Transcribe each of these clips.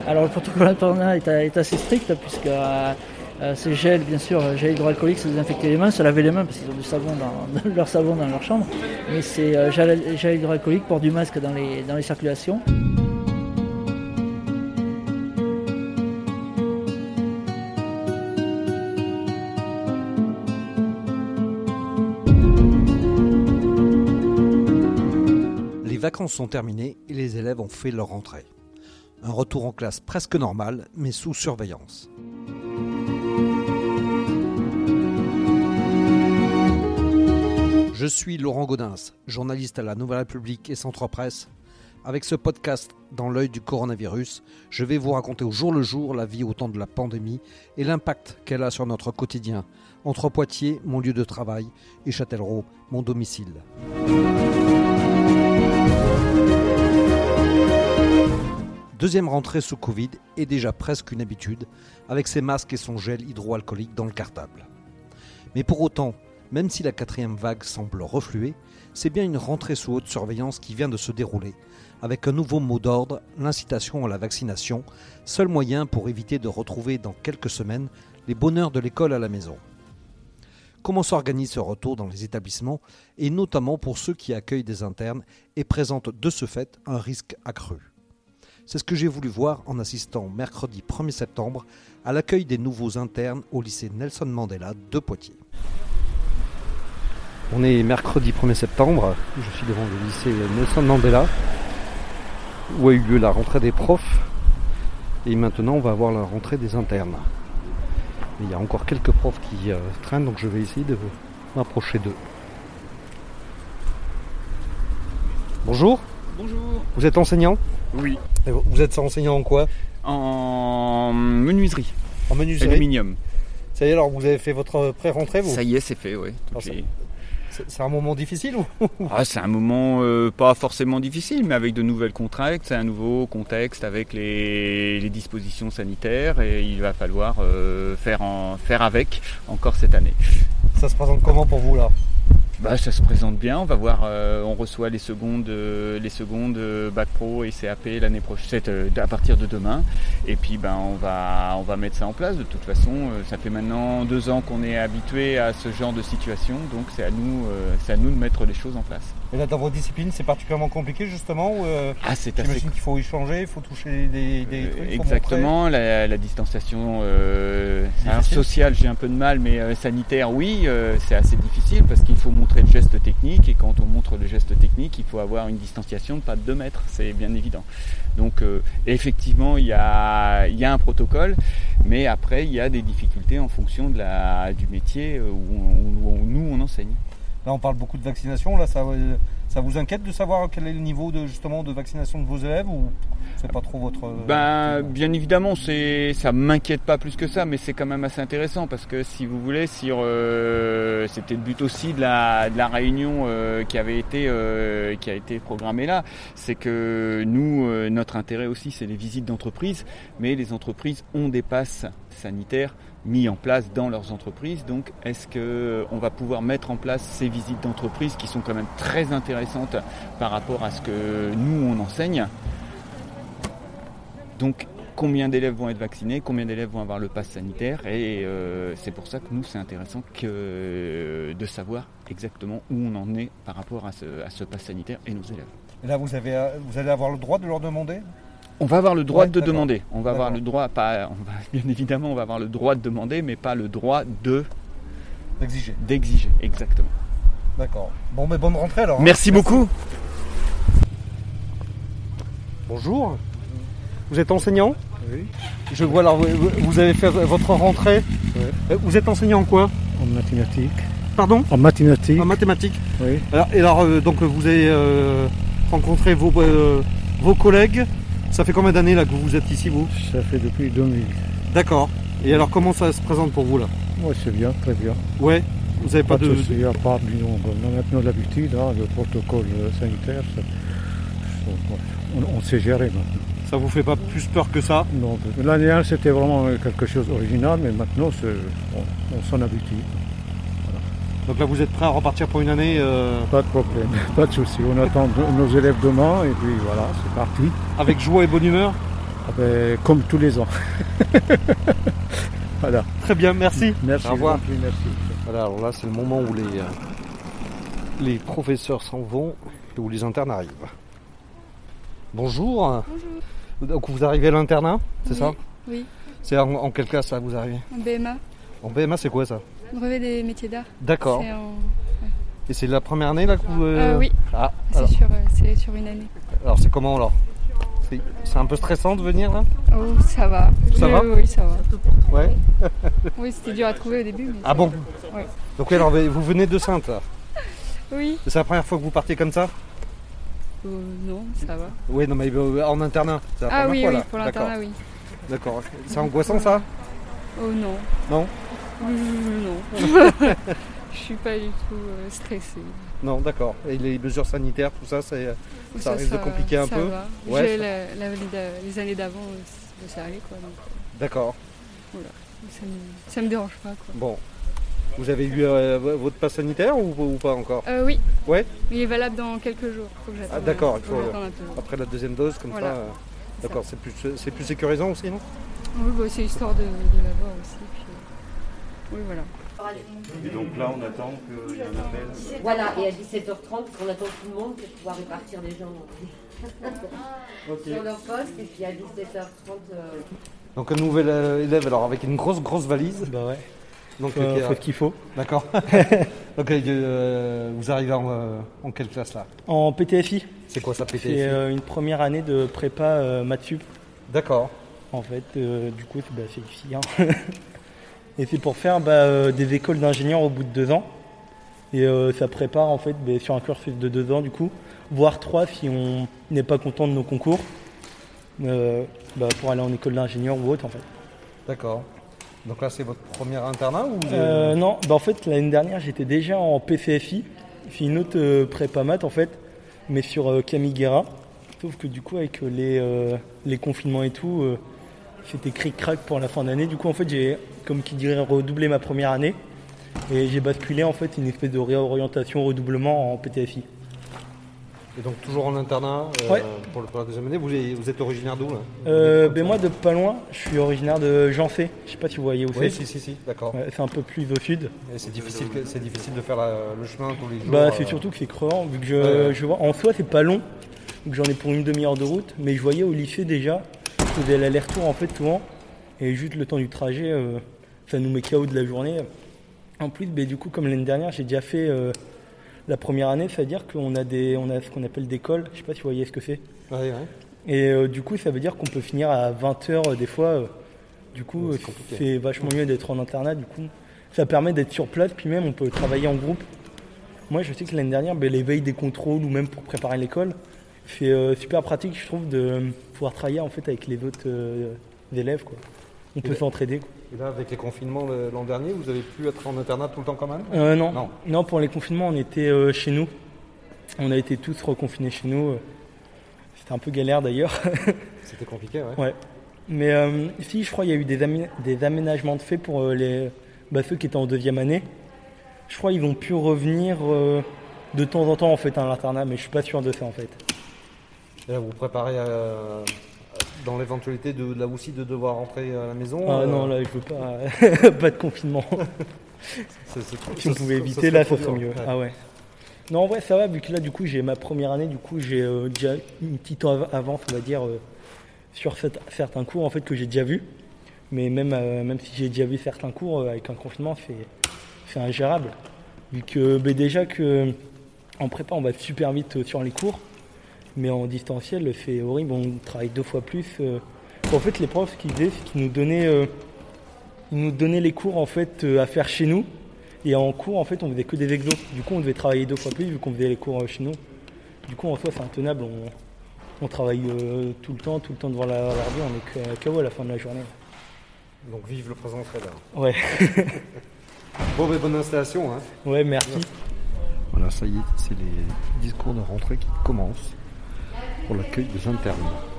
Alors le protocole internat est assez strict puisque c'est gel, bien sûr, gel hydroalcoolique, se désinfecter les mains, se laver les mains parce qu'ils ont du savon leur savon dans leur chambre. Mais c'est gel hydroalcoolique, port du masque dans les circulations. Les vacances sont terminées et les élèves ont fait leur rentrée. Un retour en classe presque normal, mais sous surveillance. Je suis Laurent Gaudens, journaliste à la Nouvelle République et Centre Presse. Avec ce podcast dans l'œil du coronavirus, je vais vous raconter au jour le jour la vie au temps de la pandémie et l'impact qu'elle a sur notre quotidien, entre Poitiers, mon lieu de travail, et Châtellerault, mon domicile. Deuxième rentrée sous Covid est déjà presque une habitude, avec ses masques et son gel hydroalcoolique dans le cartable. Mais pour autant, même si la quatrième vague semble refluer, c'est bien une rentrée sous haute surveillance qui vient de se dérouler, avec un nouveau mot d'ordre, l'incitation à la vaccination, seul moyen pour éviter de retrouver dans quelques semaines les bonheurs de l'école à la maison. Comment s'organise ce retour dans les établissements, et notamment pour ceux qui accueillent des internes et présentent de ce fait un risque accru ? C'est ce que j'ai voulu voir en assistant mercredi 1er septembre à l'accueil des nouveaux internes au lycée Nelson Mandela de Poitiers. On est mercredi 1er septembre, je suis devant le lycée Nelson Mandela où a eu lieu la rentrée des profs et maintenant on va avoir la rentrée des internes. Et il y a encore quelques profs qui traînent, donc je vais essayer de m'approcher d'eux. Bonjour. Bonjour. Vous êtes enseignant ? Oui. Et vous êtes enseignant en quoi ? En menuiserie. En menuiserie. Aluminium. Ça y est, alors vous avez fait votre pré-rentrée, vous ? Ça y est, c'est fait, oui. C'est un moment difficile ou ? C'est un moment pas forcément difficile, mais avec de nouvelles contraintes. C'est un nouveau contexte avec les dispositions sanitaires et il va falloir faire avec encore cette année. Ça se présente comment pour vous là ? Ça se présente bien, on va voir, on reçoit les secondes Bac Pro et CAP l'année prochaine, à partir de demain. Et puis on va mettre ça en place. De toute façon, ça fait maintenant 2 ans qu'on est habitué à ce genre de situation, donc c'est à nous de mettre les choses en place. Et là dans vos disciplines, c'est particulièrement compliqué justement ou j'imagine qu'il faut y changer, il faut toucher des trucs. Exactement, la distanciation sociale, j'ai un peu de mal, mais sanitaire, oui, c'est assez difficile parce qu'il faut montrer le geste technique et quand on montre le geste technique, il faut avoir une distanciation de pas de 2 mètres, c'est bien évident. Donc effectivement, il y a un protocole, mais après il y a des difficultés en fonction du métier où nous on enseigne. Là on parle beaucoup de vaccination, là ça vous inquiète de savoir quel est le niveau de vaccination de vos élèves ou c'est pas trop votre... Bien évidemment, ça m'inquiète pas plus que ça, mais c'est quand même assez intéressant parce que si vous voulez, c'était le but aussi de la réunion qui a été programmée là, c'est que nous, notre intérêt aussi c'est les visites d'entreprise, mais les entreprises ont des passes sanitaires mis en place dans leurs entreprises. Donc est-ce qu'on va pouvoir mettre en place ces visites d'entreprise qui sont quand même très intéressantes par rapport à ce que nous on enseigne. Donc combien d'élèves vont être vaccinés, combien d'élèves vont avoir le pass sanitaire et c'est pour ça que nous c'est intéressant de savoir exactement où on en est par rapport à ce pass sanitaire et nos élèves. Et là vous allez avoir le droit de leur demander ? On va avoir le droit de demander. On va avoir le droit, bien évidemment, on va avoir le droit de demander, mais pas le droit d'exiger, exactement. D'accord. Bon, mais bonne rentrée alors. Merci beaucoup. Bonjour. Vous êtes enseignant ? Oui. Je vois alors, vous avez fait votre rentrée. Oui. Vous êtes enseignant en quoi ? En mathématiques. Pardon ? En mathématiques. En mathématiques. Oui. Alors donc vous avez rencontré vos collègues. Ça fait combien d'années là que vous êtes ici, vous ? Ça fait depuis 2000. D'accord. Et alors comment ça se présente pour vous là ? Oui, c'est bien, très bien. Ouais. Vous n'avez pas de... Il n'y a pas de... On a maintenant l'habitude, le protocole sanitaire, on sait gérer maintenant. Ça vous fait pas plus peur que ça ? Non. L'année dernière, c'était vraiment quelque chose d'original, mais maintenant, on s'en habitue. Donc là, vous êtes prêt à repartir pour une année Pas de problème, pas de souci. On attend nos élèves demain et puis voilà, c'est parti. Avec joie et bonne humeur ? Comme tous les ans. Voilà. Très bien, merci. Merci. Au revoir. Merci. Voilà, alors là c'est le moment où les professeurs s'en vont et où les internes arrivent. Bonjour. Bonjour. Donc vous arrivez à l'internat, c'est ça? Oui, C'est en quelle classe là vous arrivez? en BMA, En BMA c'est quoi ça? brevet des métiers d'art. D'accord. C'est en... Et c'est la première année là que vous... oui, Ah, c'est alors, sur une année. alors c'est comment alors? C'est un peu stressant de venir là? Oh, ça va. Ça va Oui, ça va. Ouais. Oui, c'était dur à trouver au début. Mais Ah bon? Ouais. Donc oui, alors vous venez de Saintes là. Oui. C'est la première fois que vous partez comme ça? Non, ça va. Oui, non mais en internat. C'est la Ah première oui, fois, oui, là. pour l'internat, oui. D'accord. C'est angoissant ça? Oh non. Non? Non. Je suis pas du tout stressée. Non, d'accord. Et les mesures sanitaires, tout ça, ça risque de compliquer un ça peu? Va. Ouais, Les années d'avant, ça allait quoi. Donc, d'accord. voilà. Ça me dérange pas quoi. Bon. Vous avez eu votre passe sanitaire ou pas encore? Oui. Ouais. Il est valable dans quelques jours. Faut que j'attende. Ah d'accord, il faut faut que j'attende un peu. après la deuxième dose comme Voilà. ça. D'accord, c'est plus sécurisant aussi, non? Oui, bah, c'est histoire de l'avoir aussi. Puis, oui, voilà. Et donc là, on attend qu'il y ait un appel. Voilà, et à 17h30, on attend tout le monde pour pouvoir répartir les gens sur leur poste. Et puis à 17h30. Donc un nouvel élève, alors avec une grosse valise. Bah ouais. Donc Faut ce qu'il faut. D'accord. Donc vous arrivez en quelle classe là? En PTFI. C'est quoi ça, PTFI? C'est une première année de prépa maths sup. D'accord. En fait, du coup, c'est ici. Hein. Et c'est pour faire des écoles d'ingénieurs au bout de 2 ans. Et ça prépare en fait sur un cursus de 2 ans du coup, voire 3 si on n'est pas content de nos concours, pour aller en école d'ingénieur ou autre en fait. D'accord. Donc là c'est votre premier internat ou Non, en fait l'année dernière j'étais déjà en PCFI, c'est une autre prépa maths en fait, mais sur Camille Guérin. Sauf que du coup avec les confinements et tout, c'était cric-crac pour la fin d'année. Du coup en fait j'ai, comme qui dirait, redoublé ma première année. Et j'ai basculé en fait une espèce de réorientation, redoublement en PTFI. Et donc toujours en internat Ouais. pour la deuxième année. Vous êtes originaire d'où là? Moi de pas loin, je suis originaire de Jancé. Je sais pas si vous voyez où Oui, c'est. si, d'accord. Ouais, c'est un peu plus au sud. Et c'est difficile de faire le chemin tous les jours. C'est surtout que c'est crevant, vu que je vois. En soi c'est pas long, donc j'en ai pour une demi-heure de route, mais je voyais au lycée déjà, je faisais l'aller-retour en fait souvent, et juste le temps du trajet, ça nous met KO de la journée. En plus, du coup, comme l'année dernière, j'ai déjà fait la première année, c'est-à-dire qu'on a ce qu'on appelle des cols. Je sais pas si vous voyez ce que c'est. Ouais. Et du coup, ça veut dire qu'on peut finir à 20h des fois. Du coup, c'est vachement mieux d'être en internat. Du coup, ça permet d'être sur place, puis même on peut travailler en groupe. Moi, je sais que l'année dernière, les veilles des contrôles ou même pour préparer l'école, c'est super pratique, je trouve, de pouvoir travailler en fait avec les autres élèves, quoi. On peut s'entraider, quoi. Et là, avec les confinements l'an dernier, vous avez pu être en internat tout le temps quand même? Non, pour les confinements, on était chez nous. On a été tous reconfinés chez nous. C'était un peu galère d'ailleurs. C'était compliqué, ouais. Ouais. Mais si, je crois qu'il y a eu des aménagements de fait pour ceux qui étaient en deuxième année. Je crois qu'ils ont pu revenir de temps en temps en fait à l'internat, mais je suis pas sûr de ça en fait. Et là, vous préparez dans l'éventualité de devoir rentrer à la maison? Ah non, là je veux pas, pas de confinement. Si on pouvait éviter, là ça serait mieux. Ouais. Ah ouais. Non, en vrai ça va, vu que là du coup j'ai ma première année, du coup j'ai déjà une petite avance, on va dire, sur certains cours en fait que j'ai déjà vus. Mais même si j'ai déjà vu certains cours, avec un confinement c'est ingérable. Vu que déjà que en prépa on va super vite sur les cours. Mais en distanciel, c'est horrible, on travaille 2 fois plus. En fait, les profs, ce qu'ils faisaient, c'est qu'ils nous donnaient les cours en fait, à faire chez nous. Et en cours, en fait, on faisait que des exos. Du coup, on devait travailler 2 fois plus vu qu'on faisait les cours chez nous. Du coup, en soi, c'est intenable. On travaille tout le temps devant l'ordi, on est KO à la fin de la journée. Donc, vive le présentiel. Ouais. Bon, bonne installation. Hein. Ouais, merci. Voilà, ça y est, c'est les discours de rentrée qui commencent pour l'accueil des internes.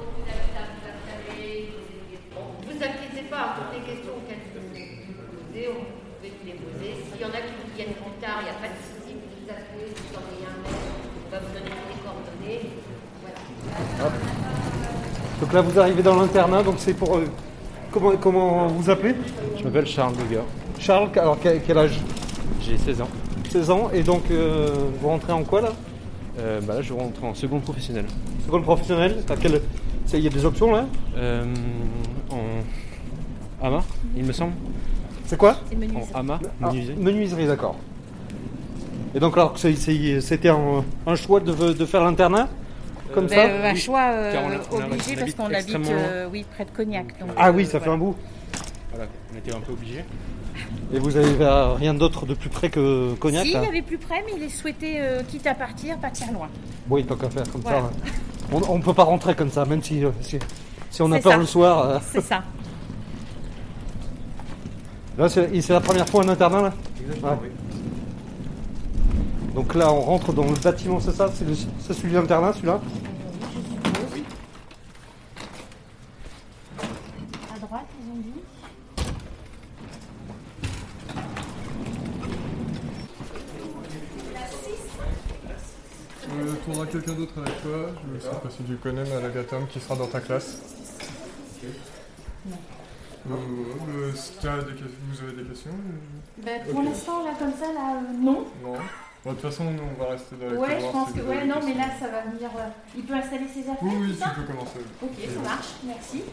Ne vous inquiétez pas, toutes les questions auxquelles vous posez, vous pouvez les poser. S'il y en a qui vous viennent plus tard, il n'y a pas de souci, vous nous appelez, vous envoyez un mail, on va vous donner toutes les coordonnées. Voilà. Donc là, vous arrivez dans l'internat, donc c'est pour... comment vous appelez? Je m'appelle Charles Degas. Charles, alors quel âge? J'ai 16 ans. 16 ans, et donc vous rentrez en quoi là? Là, je rentre en seconde professionnelle. Seconde professionnelle? Il y a des options là? En AMA, il me semble. C'est quoi? En AMA, menuiserie. Menuiserie, d'accord. Et donc alors c'était un choix de faire l'internat comme ça? Un choix on obligé parce qu'on habite près de Cognac. Donc, oui, ça fait un bout. Voilà, on était un peu obligés. Et vous avez rien d'autre de plus près que Cognac? Si, il y avait plus près, mais il est souhaité, quitte à partir loin. Oui, tant qu'à faire comme voilà. Ça. On ne peut pas rentrer comme ça, même si on a peur le soir. C'est ça. Là, c'est la première fois en internat là? Exactement, oui. Donc là, on rentre dans le bâtiment, c'est ça? C'est celui de l'internat, celui-là? Oui. À droite, ils ont dit. Tu auras quelqu'un d'autre avec toi, je ne sais pas si tu connais Malagatom qui sera dans ta classe. Vous avez des questions? Pour l'instant, là, comme ça, non. Non. De toute façon, nous, on va rester dans les couloirs. Je pense que... non, mais là, ça va venir... Il peut installer ses affaires, Oui, ça tu peux commencer. Ok, ça marche, merci.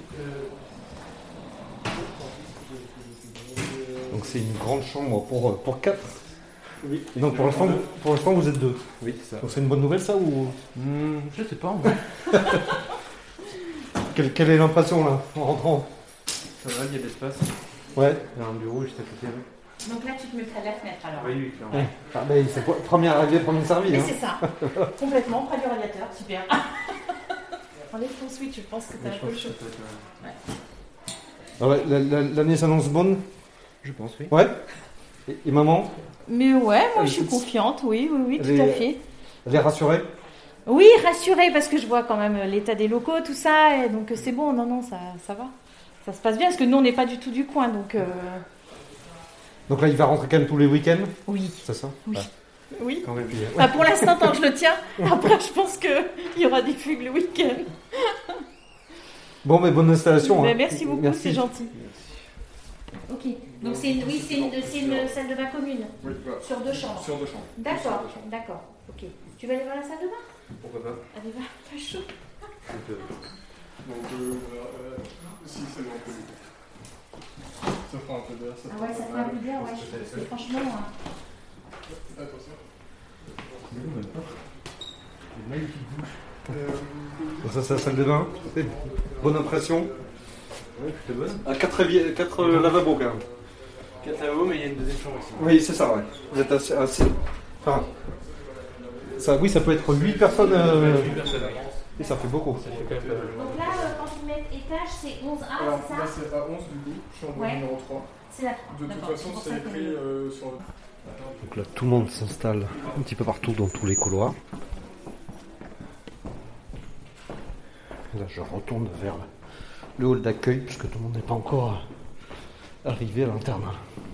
Donc c'est une grande chambre pour 4. Oui. Et donc pour l'instant, vous êtes 2. Oui, c'est ça. Donc c'est une bonne nouvelle ça ou... Je sais pas en vrai. Quelle est l'impression là, en rentrant? Ça va, il y a de l'espace. Ouais. Il y a un bureau juste à côté. Donc là, tu te mettrais de la fenêtre alors? Oui, clairement. C'est première arrivée, première servie. Mais c'est ça, complètement, près du radiateur, super. Enlève ton switch, je pense que t'as un peu chaud. L'année s'annonce bonne? Je pense, oui. Ouais. Et maman? Mais ouais, moi je suis confiante, oui, tout à fait. Elle est rassurée? Oui, rassurée, parce que je vois quand même l'état des locaux, tout ça, et donc c'est bon, non, ça va. Ça se passe bien, parce que nous on n'est pas du tout du coin, donc... Donc là, il va rentrer quand même tous les week-ends? Oui. C'est ça? Oui. Ouais. Oui. Quand même, pour l'instant, tant que je le tiens, après je pense qu'il y aura des fugues le week-end. Bon, mais bonne installation. Merci beaucoup, merci. C'est gentil. Merci. Ok, donc c'est une salle de bain commune? Oui, voilà. Sur 2 chambres? Sur 2 chambres. D'accord, ok. Tu vas aller voir la salle de bain? Pourquoi pas? Allez, va, pas chaud. Donc, si c'est bon, on peut l'écouter. Ça fera un peu d'air. Ça fera un peu d'air, ouais. Parce que franchement... Attention. Une magnifique douche. Ça, c'est la salle de bain. Bonne impression? Oui, plutôt bonne. 4 lavabos quand même. 4 lavabos, mais il y a une deuxième chambre aussi. Oui, c'est ça, ouais. Vous êtes assez... Enfin... Ça peut être 8 personnes. 8 personnes, oui. Et ça fait beaucoup. Ça fait quand même donc là, quand ils mettent étage, c'est 11A, Alors, c'est ça? là, c'est à 11 du coup, chambre numéro 3. C'est la 3. De toute façon, c'est écrit sur le... Donc là, tout le monde s'installe un petit peu partout dans tous les couloirs. Là, je retourne vers le hall d'accueil puisque tout le monde n'est pas encore arrivé à l'internat.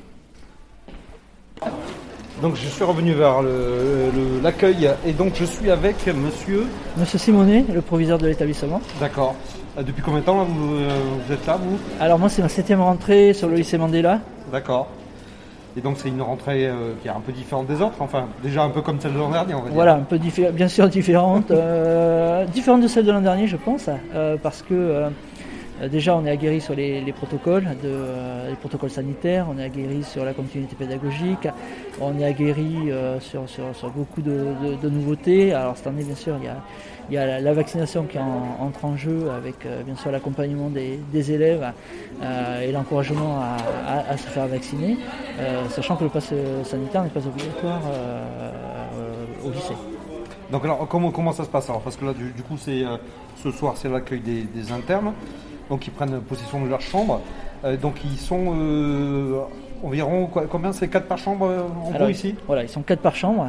Donc je suis revenu vers l'accueil et donc je suis avec monsieur Simonet, le proviseur de l'établissement. D'accord. Depuis combien de temps là, vous êtes là, vous? Alors moi c'est ma 7e rentrée sur le lycée Mandela. D'accord. Et donc c'est une rentrée qui est un peu différente des autres, enfin déjà un peu comme celle de l'an dernier on va dire. Voilà, un peu bien sûr différente, différente de celle de l'an dernier je pense, parce que déjà on est aguerri sur les protocoles, les protocoles sanitaires, on est aguerri sur la continuité pédagogique, on est aguerri sur beaucoup de nouveautés. Alors cette année bien sûr il y a la vaccination qui entre en jeu avec bien sûr l'accompagnement des élèves et l'encouragement à se faire vacciner, sachant que le pass sanitaire n'est pas obligatoire au lycée. Donc alors comment ça se passe alors? Parce que là du coup c'est ce soir c'est l'accueil des internes, donc ils prennent possession de leur chambre, donc ils sont environ combien? C'est 4 par chambre en gros ici? Voilà, ils sont 4 par chambre.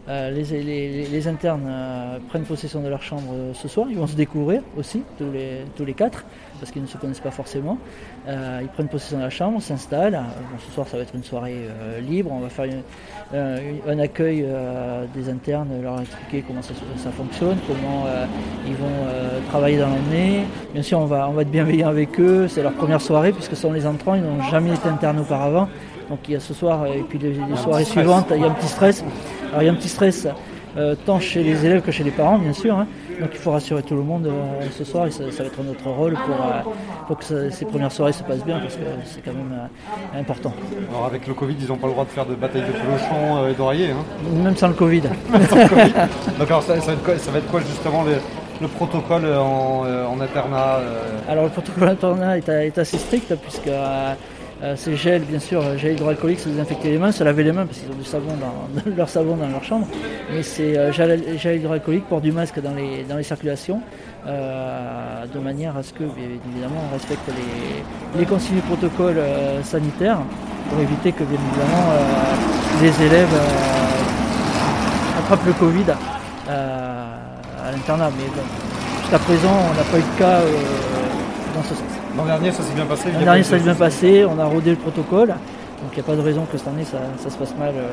Les internes prennent possession de leur chambre ce soir. Ils vont se découvrir aussi, tous les 4, parce qu'ils ne se connaissent pas forcément. Ils prennent possession de la chambre, s'installent. Bon, ce soir, ça va être une soirée libre. On va faire un accueil des internes, leur expliquer comment ça fonctionne, comment ils vont travailler dans l'année. Bien sûr, on va être bienveillant avec eux. C'est leur première soirée, puisque ce sont les entrants. Ils n'ont jamais été internes auparavant. Donc il y a ce soir et puis les soirées suivantes, il y a un petit stress. Alors il y a un petit stress tant chez les élèves que chez les parents, bien sûr. Donc il faut rassurer tout le monde ce soir et ça va être notre rôle pour que ces premières soirées se passent bien, parce que c'est quand même important. Alors avec le Covid, ils n'ont pas le droit de faire de bataille de pelochon et d'oreiller, hein. Même sans le Covid. Donc alors ça va être quoi justement le protocole en internat Alors le protocole en internat est assez strict, puisque c'est gel, bien sûr, gel hydroalcoolique, c'est désinfecter les mains, se laver les mains parce qu'ils ont du savon dans leur chambre. Mais c'est gel hydroalcoolique, port du masque dans les circulations, de manière à ce que, bien évidemment, on respecte les consignes du protocole sanitaire pour éviter que, bien évidemment, les élèves attrapent le Covid à l'internat. Mais bon, jusqu'à présent, on n'a pas eu de cas dans ce sens. L'an dernier, ça s'est bien passé. L'an dernier, ça s'est bien passé. On a rodé le protocole. Donc, il n'y a pas de raison que cette année, ça se passe mal.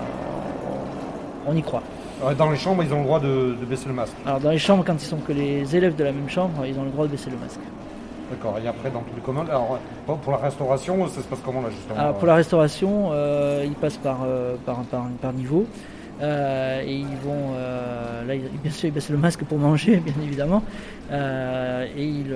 On y croit. Alors, dans les chambres, ils ont le droit de baisser le masque. Alors, dans les chambres, quand ils sont que les élèves de la même chambre, ils ont le droit de baisser le masque. D'accord. Et après, dans tous les communs, alors, pour la restauration, ça se passe comment là, justement? Alors, pour la restauration, ils passent par niveau. Et ils vont, là, bien sûr, ils baissent le masque pour manger, bien évidemment. Et ils...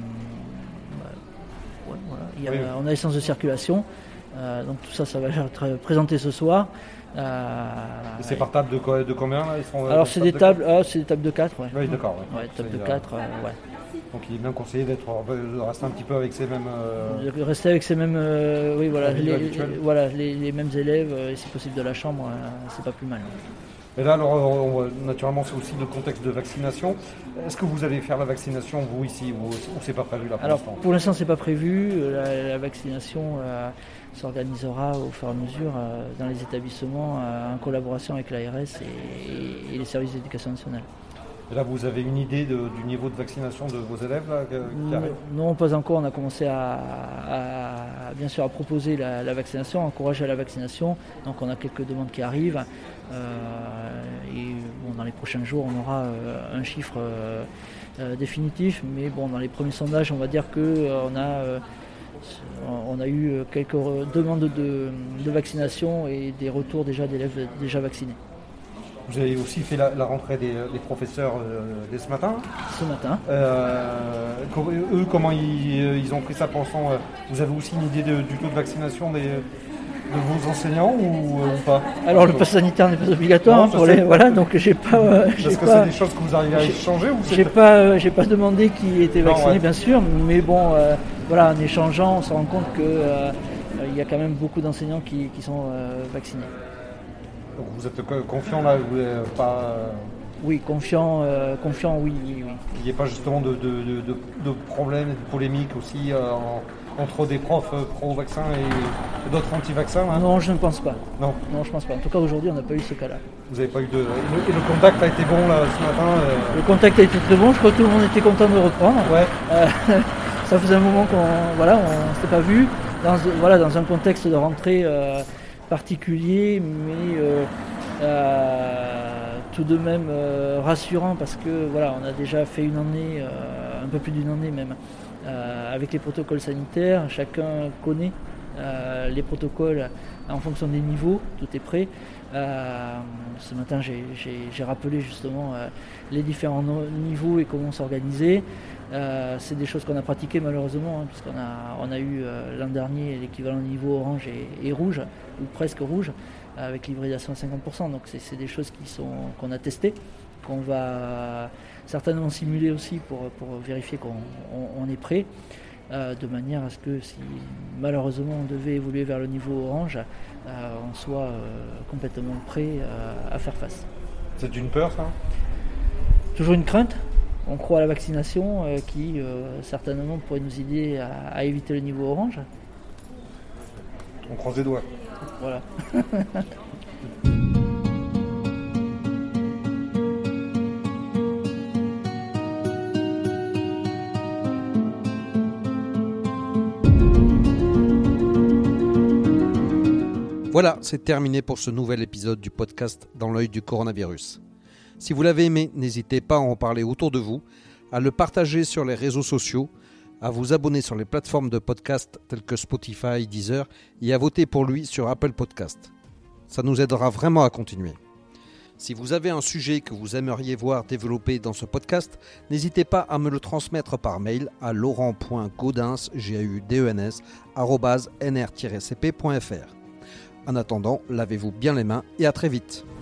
on a les sens de circulation, donc tout ça va être présenté ce soir. C'est par table de combien là? Alors c'est des tables de 4. Ouais. Oui, d'accord. Ouais. Ouais, table de 4. Ouais. Donc il est bien conseillé de rester un petit peu avec ces mêmes... De rester avec ces mêmes... oui, voilà, les mêmes élèves, et si possible de la chambre, c'est pas plus mal. Et là, alors, naturellement, c'est aussi le contexte de vaccination. Est-ce que vous allez faire la vaccination, vous, ici, ou c'est pas prévu là pour l'instant? Pour l'instant, c'est pas prévu. La vaccination s'organisera au fur et à mesure dans les établissements en collaboration avec l'ARS et les services d'éducation nationale. Et là, vous avez une idée du niveau de vaccination de vos élèves là, qui arrivent? Non, pas encore. On a commencé bien sûr à proposer la vaccination, à encourager la vaccination. Donc on a quelques demandes qui arrivent. Et bon, dans les prochains jours, on aura un chiffre définitif. Mais bon, dans les premiers sondages, on va dire qu'on a eu quelques demandes de vaccination et des retours déjà d'élèves déjà vaccinés. Vous avez aussi fait la rentrée des professeurs dès ce matin. Ce matin. Eux, comment ils ont pris ça pensant vous avez aussi une idée du taux de vaccination de vos enseignants ou pas? Alors le pass sanitaire n'est pas obligatoire pour les... Voilà, donc j'ai pas... Est-ce que c'est des choses que vous arrivez à échanger ou j'ai pas demandé qui était vacciné, bien sûr, mais bon, voilà, en échangeant, on se rend compte qu'il y a quand même beaucoup d'enseignants qui sont vaccinés. Donc vous êtes confiant là, vous n'êtes pas... Oui, confiant, oui. Il n'y a pas justement de problèmes, de polémiques aussi entre des profs pro-vaccin et d'autres anti-vaccins hein? Non, je ne pense pas. Non, je pense pas. En tout cas, aujourd'hui, on n'a pas eu ce cas-là. Vous n'avez pas eu de... Et le contact a été bon là ce matin Le contact a été très bon. Je crois que tout le monde était content de reprendre. Ouais. Ça faisait un moment qu'on ne s'était pas vu. Dans un contexte de rentrée particulier, mais tout de même rassurant, parce que voilà, on a déjà fait une année, un peu plus d'une année même, avec les protocoles sanitaires. Chacun connaît les protocoles en fonction des niveaux, tout est prêt. Ce matin, j'ai rappelé justement les différents niveaux et comment s'organiser. C'est des choses qu'on a pratiquées malheureusement, hein, puisqu'on a eu l'an dernier l'équivalent niveau orange et rouge, ou presque rouge, avec l'hybridation à 50%. Donc c'est des choses qu'on a testées, qu'on va certainement simuler aussi pour vérifier qu'on est prêt, de manière à ce que si malheureusement on devait évoluer vers le niveau orange, on soit complètement prêt à faire face. C'est une peur ça? Toujours une crainte. On croit à la vaccination qui certainement pourrait nous aider à éviter le niveau orange. On croise les doigts. Voilà. Voilà, c'est terminé pour ce nouvel épisode du podcast Dans l'œil du coronavirus. Si vous l'avez aimé, n'hésitez pas à en parler autour de vous, à le partager sur les réseaux sociaux, à vous abonner sur les plateformes de podcast telles que Spotify, Deezer et à voter pour lui sur Apple Podcast. Ça nous aidera vraiment à continuer. Si vous avez un sujet que vous aimeriez voir développé dans ce podcast, n'hésitez pas à me le transmettre par mail à laurent.gaudens@nr-cp.fr. En attendant, lavez-vous bien les mains et à très vite.